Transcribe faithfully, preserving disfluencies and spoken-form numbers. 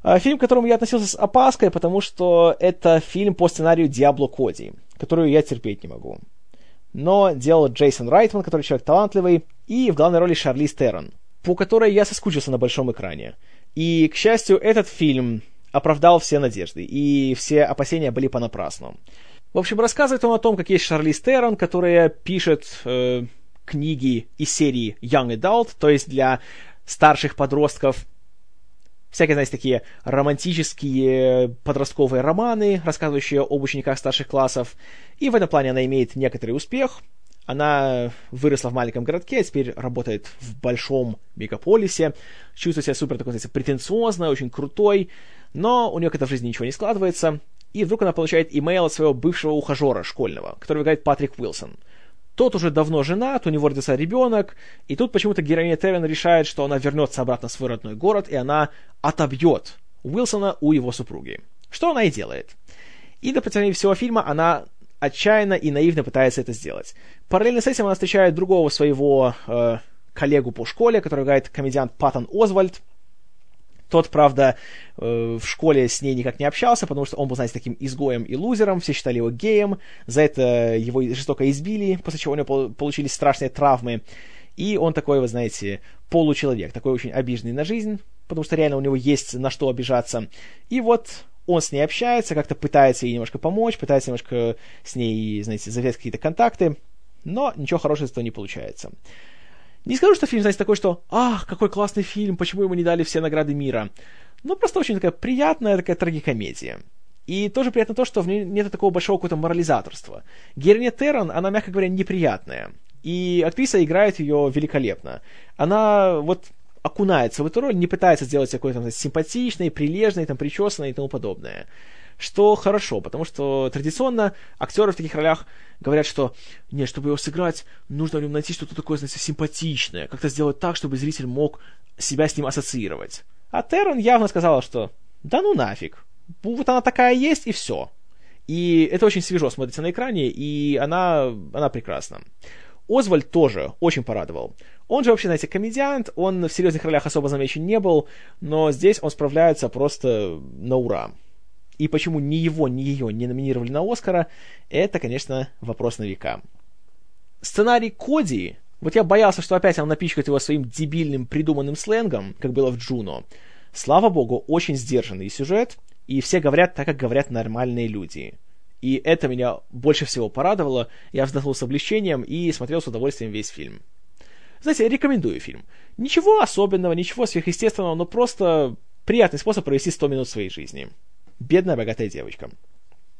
Фильм, к которому я относился с опаской, потому что это фильм по сценарию Диабло Коди, которую я терпеть не могу. Но делал Джейсон Райтман, который человек талантливый, и в главной роли Шарлиз Терон, по которой я соскучился на большом экране. И, к счастью, этот фильм оправдал все надежды, и все опасения были понапрасну. В общем, рассказывает он о том, как есть Шарлиз Терон, которая пишет э, книги из серии Young Adult, то есть для старших подростков. Всякие, знаете, такие романтические подростковые романы, рассказывающие об учениках старших классов. И в этом плане она имеет некоторый успех. Она выросла в маленьком городке, а теперь работает в большом мегаполисе. Чувствует себя супер такой, знаете, претенциозной, очень крутой. Но у нее как-то в жизни ничего не складывается. И вдруг она получает имейл от своего бывшего ухажера школьного, которого играет Патрик Уилсон. Тот уже давно женат, у него родился ребенок, и тут почему-то героиня Террен решает, что она вернется обратно в свой родной город, и она отобьет Уилсона у его супруги. Что она и делает. И до протяжении всего фильма она отчаянно и наивно пытается это сделать. Параллельно с этим она встречает другого своего э, коллегу по школе, который играет комедиант Паттон Озвальд. Тот, правда, в школе с ней никак не общался, потому что он был, знаете, таким изгоем и лузером, все считали его геем, за это его жестоко избили, после чего у него получились страшные травмы, и он такой, вы знаете, получеловек, такой очень обиженный на жизнь, потому что реально у него есть на что обижаться. И вот он с ней общается, как-то пытается ей немножко помочь, пытается немножко с ней, знаете, завязать какие-то контакты, но ничего хорошего из этого не получается. Не скажу, что фильм, знаете, такой, что «Ах, какой классный фильм, почему ему не дали все награды мира?» Но просто очень такая приятная такая трагикомедия. И тоже приятно то, что в ней нет такого большого какого-то морализаторства. Героиня Террон, она, мягко говоря, неприятная. И актриса играет ее великолепно. Она вот окунается в эту роль, не пытается сделать какой-то там, симпатичной, прилежной, там, причесанной и тому подобное. Что хорошо, потому что традиционно актеры в таких ролях говорят, что нет, чтобы его сыграть, нужно в нем найти что-то такое, знаете, симпатичное, как-то сделать так, чтобы зритель мог себя с ним ассоциировать. А Террон явно сказала, что да ну нафиг, вот она такая есть и все. И это очень свежо смотрится на экране, и она, она прекрасна. Озвальд тоже очень порадовал. Он же вообще, знаете, комедиант, он в серьезных ролях особо замечен не был, но здесь он справляется просто на ура. И почему ни его, ни ее не номинировали на Оскара, это, конечно, вопрос на века. Сценарий Коди, вот я боялся, что опять он напичкает его своим дебильным придуманным сленгом, как было в Джуно. Слава богу, очень сдержанный сюжет, и все говорят так, как говорят нормальные люди. И это меня больше всего порадовало, я вздохнул с облегчением и смотрел с удовольствием весь фильм. Знаете, рекомендую фильм. Ничего особенного, ничего сверхъестественного, но просто приятный способ провести сто минут своей жизни. Бедная богатая девочка.